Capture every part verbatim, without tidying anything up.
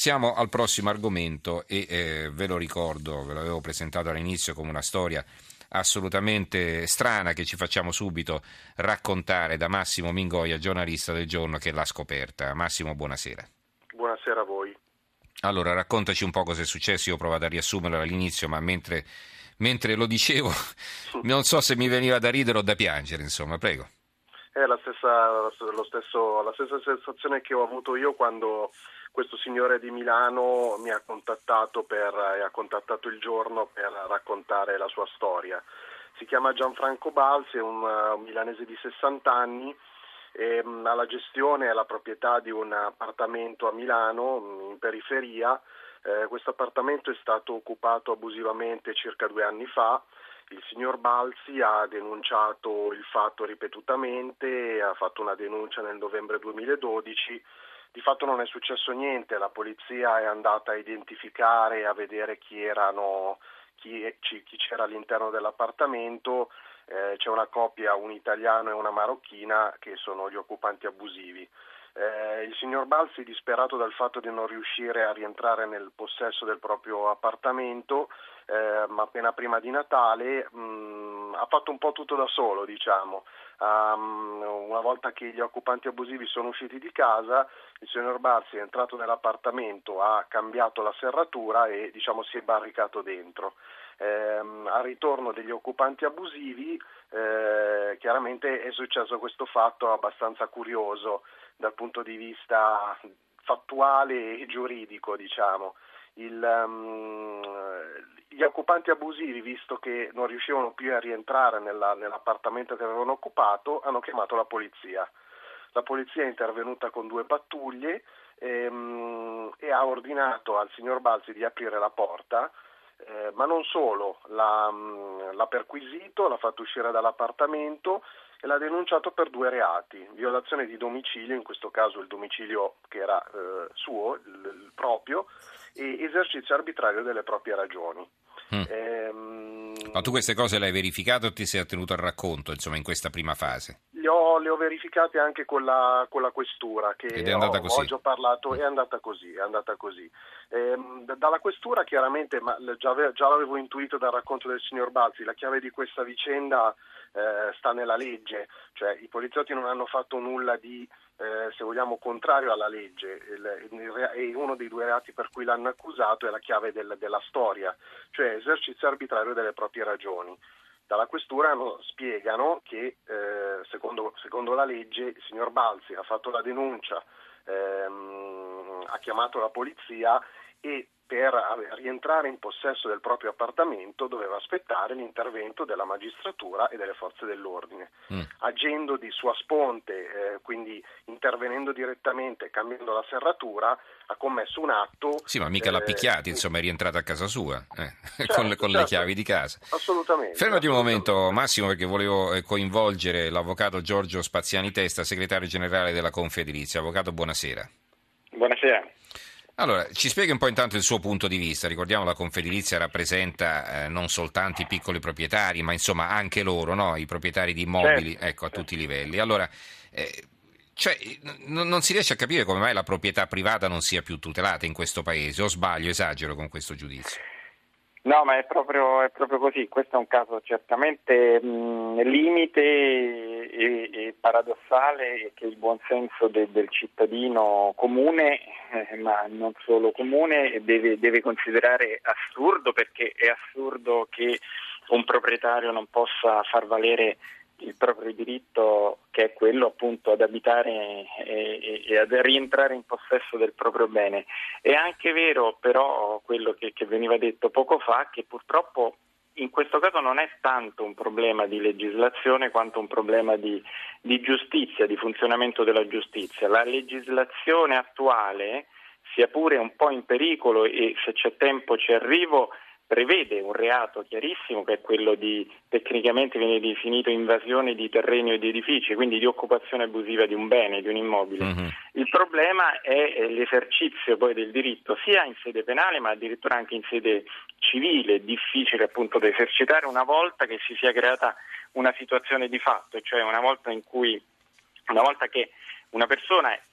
passiamo al prossimo argomento e eh, ve lo ricordo, ve l'avevo presentato all'inizio come una storia assolutamente strana che ci facciamo subito raccontare da Massimo Mingoia, giornalista del Giorno, che l'ha scoperta. Massimo, buonasera. Buonasera a voi. Allora, raccontaci un po' cosa è successo. Io ho provato a riassumerlo all'inizio, ma mentre, mentre lo dicevo non so se mi veniva da ridere o da piangere, insomma, prego. È la stessa, lo stesso, la stessa sensazione che ho avuto io quando questo signore di Milano mi ha contattato per, e ha contattato il Giorno per raccontare la sua storia. Si chiama Gianfranco Balsi, è un, un milanese di sessanta anni, e, ha la gestione e la proprietà di un appartamento a Milano, in periferia. Eh, questo appartamento è stato occupato abusivamente circa due anni fa. Il signor Balsi ha denunciato il fatto ripetutamente, ha fatto una denuncia nel novembre duemiladodici. Di fatto non è successo niente, la polizia è andata a identificare, a vedere chi erano, chi, chi c'era all'interno dell'appartamento. Eh, c'è una coppia, un italiano e una marocchina, che sono gli occupanti abusivi. Eh, il signor Balsi, disperato dal fatto di non riuscire a rientrare nel possesso del proprio appartamento, eh, ma appena prima di Natale, mh, ha fatto un po' tutto da solo, diciamo. Um, una volta che gli occupanti abusivi sono usciti di casa, il signor Balsi è entrato nell'appartamento, ha cambiato la serratura e, diciamo, si è barricato dentro. Eh, al ritorno degli occupanti abusivi, eh, chiaramente è successo questo fatto abbastanza curioso dal punto di vista fattuale e giuridico, diciamo. Il, um, gli occupanti abusivi, visto che non riuscivano più a rientrare nella, nell'appartamento che avevano occupato, hanno chiamato la polizia. La polizia è intervenuta con due pattuglie e, um, e ha ordinato al signor Balsi di aprire la porta. Eh, ma non solo, l'ha, l'ha perquisito, l'ha fatto uscire dall'appartamento e l'ha denunciato per due reati: violazione di domicilio, in questo caso il domicilio che era eh, suo, il, il proprio, e esercizio arbitrario delle proprie ragioni. Mm. Ehm, Ma tu queste cose le hai verificate o ti sei attenuto al racconto, insomma, in questa prima fase? Le ho, le ho verificate anche con la, con la questura, che Ed è andata ho, così. oggi ho parlato, è andata così, è andata così. Ehm, dalla questura chiaramente, ma già, ave, già l'avevo intuito dal racconto del signor Balsi, la chiave di questa vicenda eh, sta nella legge, cioè i poliziotti non hanno fatto nulla di, eh, se vogliamo, contrario alla legge, il, il, e uno dei due reati per cui l'hanno accusato è la chiave del, della storia, cioè esercizio arbitrario delle proprie ragioni. Dalla questura no, spiegano che eh, secondo, secondo la legge il signor Balsi ha fatto la denuncia, ehm, ha chiamato la polizia e per rientrare in possesso del proprio appartamento doveva aspettare l'intervento della magistratura e delle forze dell'ordine. Mm. Agendo di sua sponte, eh, quindi intervenendo direttamente, cambiando la serratura, ha commesso un atto... Sì, ma mica eh, l'ha picchiati, insomma, è rientrato a casa sua, eh, certo, con, le, con certo, le chiavi di casa. Assolutamente. Fermati assolutamente. un momento, Massimo, perché volevo coinvolgere l'avvocato Giorgio Spaziani Testa, segretario generale della Confedilizia. Avvocato, buonasera. Buonasera. Allora, ci spieghi un po' intanto il suo punto di vista. Ricordiamo la Confedilizia rappresenta eh, non soltanto i piccoli proprietari, ma insomma anche loro, no? I proprietari di immobili, certo, ecco, a certo. tutti i livelli. Allora, eh, cioè, n- non si riesce a capire come mai la proprietà privata non sia più tutelata in questo paese, o sbaglio, esagero con questo giudizio? No, ma è proprio, è proprio così. Questo è un caso certamente mh, limite e, e paradossale, che il buonsenso de, del cittadino comune, eh, ma non solo comune, deve, deve considerare assurdo, perché è assurdo che un proprietario non possa far valere il proprio diritto, che è quello appunto ad abitare e, e ad rientrare in possesso del proprio bene. È anche vero però quello che, che veniva detto poco fa, che purtroppo in questo caso non è tanto un problema di legislazione quanto un problema di, di giustizia, di funzionamento della giustizia. La legislazione attuale, sia pure un po' in pericolo, e se c'è tempo ci arrivo, prevede un reato chiarissimo, che è quello di, tecnicamente viene definito invasione di terreni o di edifici, quindi di occupazione abusiva di un bene, di un immobile. Mm-hmm. Il problema è l'esercizio poi del diritto, sia in sede penale ma addirittura anche in sede civile, difficile appunto da esercitare una volta che si sia creata una situazione di fatto, cioè una volta in cui, una volta che una persona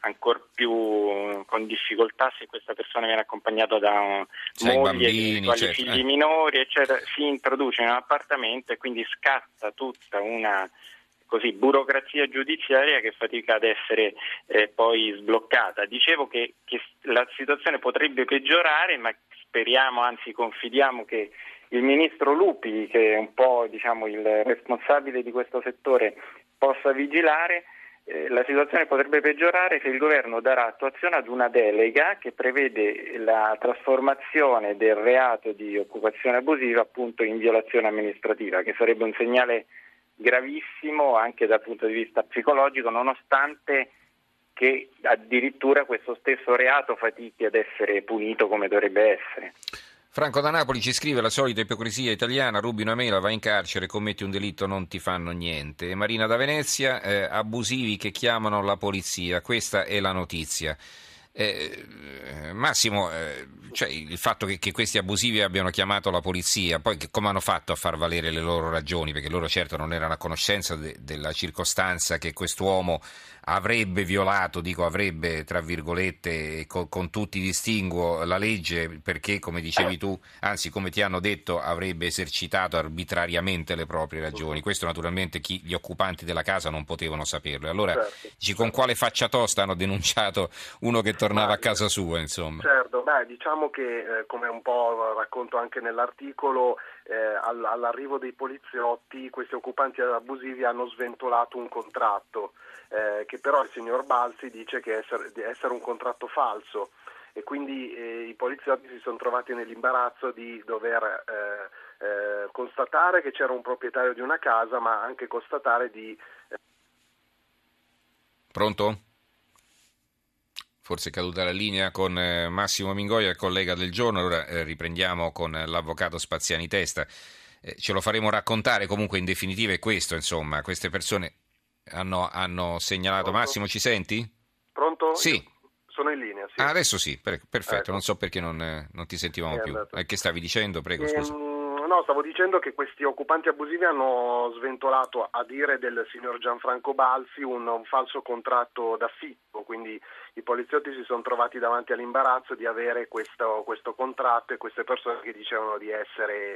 ancora più con difficoltà se questa persona viene accompagnata da un, cioè, moglie, bambini, quali certo. figli eh. minori, eccetera. Si introduce in un appartamento e quindi scatta tutta una così burocrazia giudiziaria che fatica ad essere eh, poi sbloccata. Dicevo che, che la situazione potrebbe peggiorare, ma speriamo, anzi confidiamo che il ministro Lupi, che è un po' diciamo il responsabile di questo settore, possa vigilare. Eh, la situazione potrebbe peggiorare se il governo darà attuazione ad una delega che prevede la trasformazione del reato di occupazione abusiva appunto in violazione amministrativa, che sarebbe un segnale gravissimo anche dal punto di vista psicologico, nonostante che addirittura questo stesso reato fatichi ad essere punito come dovrebbe essere. Franco da Napoli ci scrive: la solita ipocrisia italiana, rubi una mela, vai in carcere, commetti un delitto, non ti fanno niente. E Marina da Venezia, eh, abusivi che chiamano la polizia, questa è la notizia. Eh, Massimo, eh, cioè il fatto che, che questi abusivi abbiano chiamato la polizia, poi che, come hanno fatto a far valere le loro ragioni? Perché loro certo non erano a conoscenza de, della circostanza che quest'uomo avrebbe violato, dico avrebbe tra virgolette, con, con tutti i distinguo, la legge, perché come dicevi tu, anzi come ti hanno detto, avrebbe esercitato arbitrariamente le proprie ragioni. Questo naturalmente chi, gli occupanti della casa non potevano saperlo. Allora, certo, dici, con quale faccia tosta hanno denunciato uno che tornava a casa sua, insomma? Certo, beh, diciamo che eh, come un po' racconto anche nell'articolo, eh, all- all'arrivo dei poliziotti questi occupanti abusivi hanno sventolato un contratto eh, che però il signor Balsi dice che essere, di essere un contratto falso, e quindi eh, i poliziotti si sono trovati nell'imbarazzo di dover eh, eh, constatare che c'era un proprietario di una casa, ma anche constatare di... Eh... Pronto? Forse è caduta la linea con eh, Massimo Mingoia, collega del giorno. Allora eh, riprendiamo con l'avvocato Spaziani Testa. Eh, ce lo faremo raccontare, comunque in definitiva è questo, insomma, queste persone hanno, hanno segnalato... Pronto? Massimo, ci senti? Pronto? Sì. Io sono in linea, sì. Ah, adesso sì, per- perfetto, Ecco. non so perché non, eh, non ti sentivamo È più. andato. Eh, che stavi dicendo? Prego, Ehm, scusa. No, stavo dicendo che questi occupanti abusivi hanno sventolato, a dire del signor Gianfranco Balsi, un, un falso contratto d'affitto, quindi i poliziotti si sono trovati davanti all'imbarazzo di avere questo, questo contratto e queste persone che dicevano di essere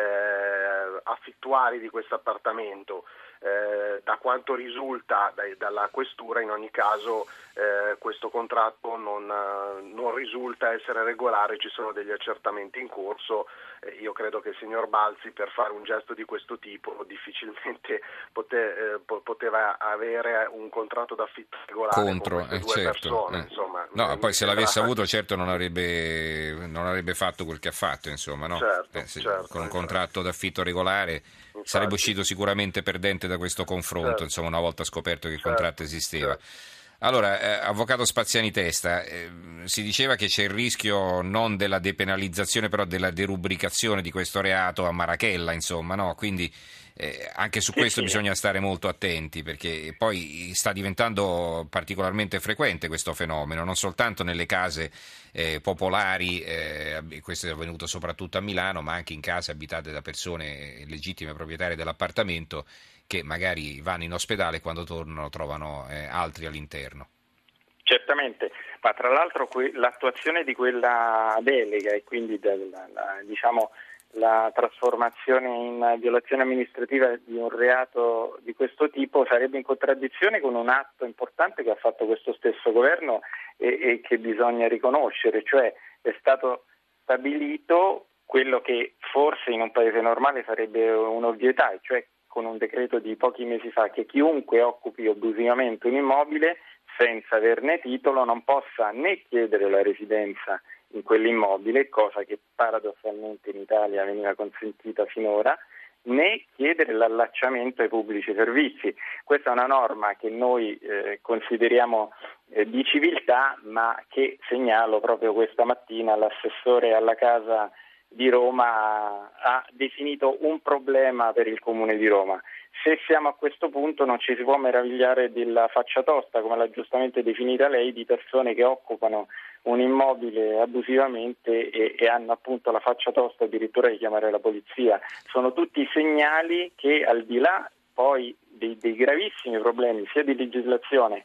eh, affittuari di questo appartamento. Eh, da quanto risulta dai, dalla questura, in ogni caso eh, questo contratto non, non risulta essere regolare, ci sono degli accertamenti in corso. Eh, io credo che il signor Balsi, per fare un gesto di questo tipo, difficilmente pote, eh, poteva avere un contratto d'affitto regolare Contro, con queste eh, due certo, persone. eh. Insomma, No, mi poi se sembra... l'avesse avuto certo non avrebbe, non avrebbe fatto quel che ha fatto, insomma, no? Certo, Eh, se- certo, con un infatti. contratto d'affitto regolare Infatti. sarebbe uscito sicuramente perdente da questo confronto, Certo. insomma, una volta scoperto che il Certo, contratto esisteva. certo. Allora, eh, avvocato Spaziani Testa, eh, si diceva che c'è il rischio non della depenalizzazione, però della derubricazione di questo reato a Marachella, insomma, no? Quindi eh, anche su Sì, questo sì. bisogna stare molto attenti, perché poi sta diventando particolarmente frequente questo fenomeno, non soltanto nelle case eh, popolari, eh, questo è avvenuto soprattutto a Milano, ma anche in case abitate da persone legittime proprietarie dell'appartamento, che magari vanno in ospedale e quando tornano trovano eh, altri all'interno. Certamente, ma tra l'altro que- l'attuazione di quella delega e quindi del, la, diciamo, la trasformazione in violazione amministrativa di un reato di questo tipo sarebbe in contraddizione con un atto importante che ha fatto questo stesso governo e, e che bisogna riconoscere, cioè è stato stabilito quello che forse in un paese normale sarebbe un'ovvietà, cioè con un decreto di pochi mesi fa, che chiunque occupi abusivamente un immobile senza averne titolo non possa né chiedere la residenza in quell'immobile, cosa che paradossalmente in Italia veniva consentita finora, né chiedere l'allacciamento ai pubblici servizi. Questa è una norma che noi eh, consideriamo eh, di civiltà, ma che segnalo proprio questa mattina l'assessore alla casa di Roma ha definito un problema per il Comune di Roma. Se siamo a questo punto non ci si può meravigliare della faccia tosta, come l'ha giustamente definita lei, di persone che occupano un immobile abusivamente e, e hanno appunto la faccia tosta addirittura di chiamare la polizia. Sono tutti segnali che, al di là poi dei, dei gravissimi problemi sia di legislazione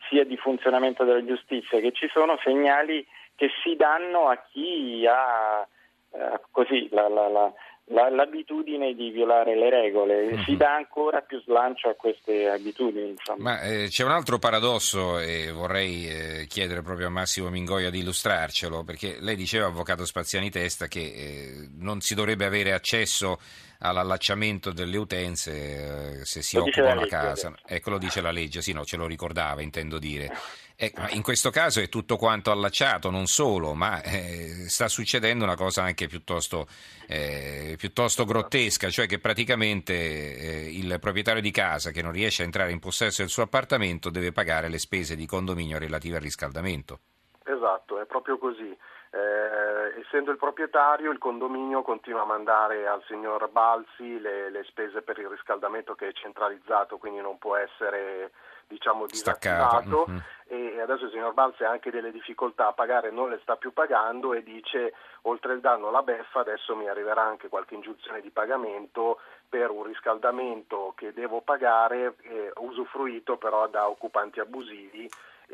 sia di funzionamento della giustizia che ci sono segnali che si danno a chi ha eh, così la, la, la, la, l'abitudine di violare le regole, mm-hmm. si dà ancora più slancio a queste abitudini. Insomma. Ma eh, c'è un altro paradosso e vorrei eh, chiedere proprio a Massimo Mingoia di illustrarcelo, perché lei diceva, avvocato Spaziani Testa, che eh, non si dovrebbe avere accesso all'allacciamento delle utenze eh, se si lo occupano a casa. Adesso. Ecco, lo dice la legge, sì, no, ce lo ricordava, intendo dire. Eh, in questo caso è tutto quanto allacciato, non solo, ma eh, sta succedendo una cosa anche piuttosto, eh, piuttosto grottesca, cioè che praticamente eh, il proprietario di casa che non riesce a entrare in possesso del suo appartamento deve pagare le spese di condominio relative al riscaldamento. Esatto, è proprio così. Eh, essendo il proprietario, il condominio continua a mandare al signor Balzi le, le spese per il riscaldamento, che è centralizzato, quindi non può essere, diciamo, disattivato. Mm-hmm. E adesso il signor Balzi ha anche delle difficoltà a pagare, non le sta più pagando, e dice: oltre il danno alla beffa adesso mi arriverà anche qualche ingiunzione di pagamento per un riscaldamento che devo pagare, eh, usufruito però da occupanti abusivi,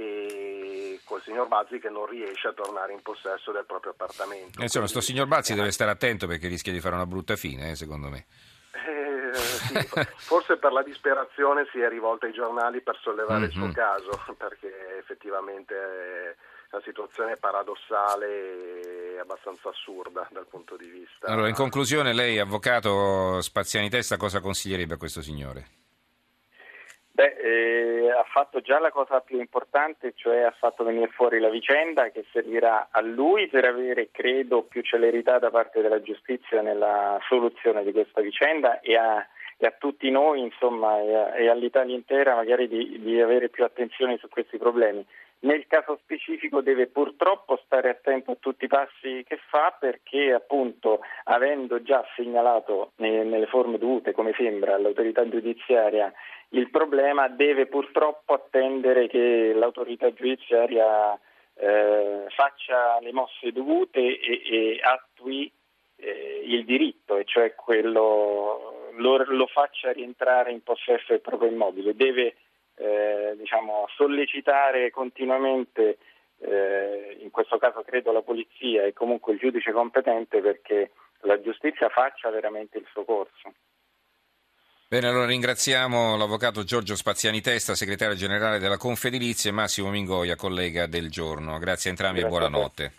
e col signor Balzi che non riesce a tornare in possesso del proprio appartamento. Eh, insomma, sto signor Balzi deve stare attento, perché rischia di fare una brutta fine, eh, secondo me. Eh, sì, forse per la disperazione si è rivolto ai giornali per sollevare mm-hmm. il suo caso, perché effettivamente è una situazione paradossale e abbastanza assurda dal punto di vista. Allora, in conclusione, lei, avvocato Spaziani Testa, cosa consiglierebbe a questo signore? Beh, eh, ha fatto già la cosa più importante, cioè ha fatto venire fuori la vicenda, che servirà a lui per avere, credo, più celerità da parte della giustizia nella soluzione di questa vicenda, e a, e a tutti noi, insomma, e, a, e all'Italia intera, magari di, di avere più attenzione su questi problemi. Nel caso specifico deve purtroppo stare attento a tutti i passi che fa, perché appunto, avendo già segnalato eh, nelle forme dovute, come sembra, all'autorità giudiziaria il problema, deve purtroppo attendere che l'autorità giudiziaria eh, faccia le mosse dovute e, e attui eh, il diritto, e cioè quello lo, lo faccia rientrare in possesso del proprio immobile. Deve eh, diciamo sollecitare continuamente, eh, in questo caso credo la polizia e comunque il giudice competente, perché la giustizia faccia veramente il suo corso. Bene, allora ringraziamo l'avvocato Giorgio Spaziani Testa, segretario generale della Confedilizia, e Massimo Mingoia, collega del Giorno. Grazie a entrambi. Grazie, e buonanotte.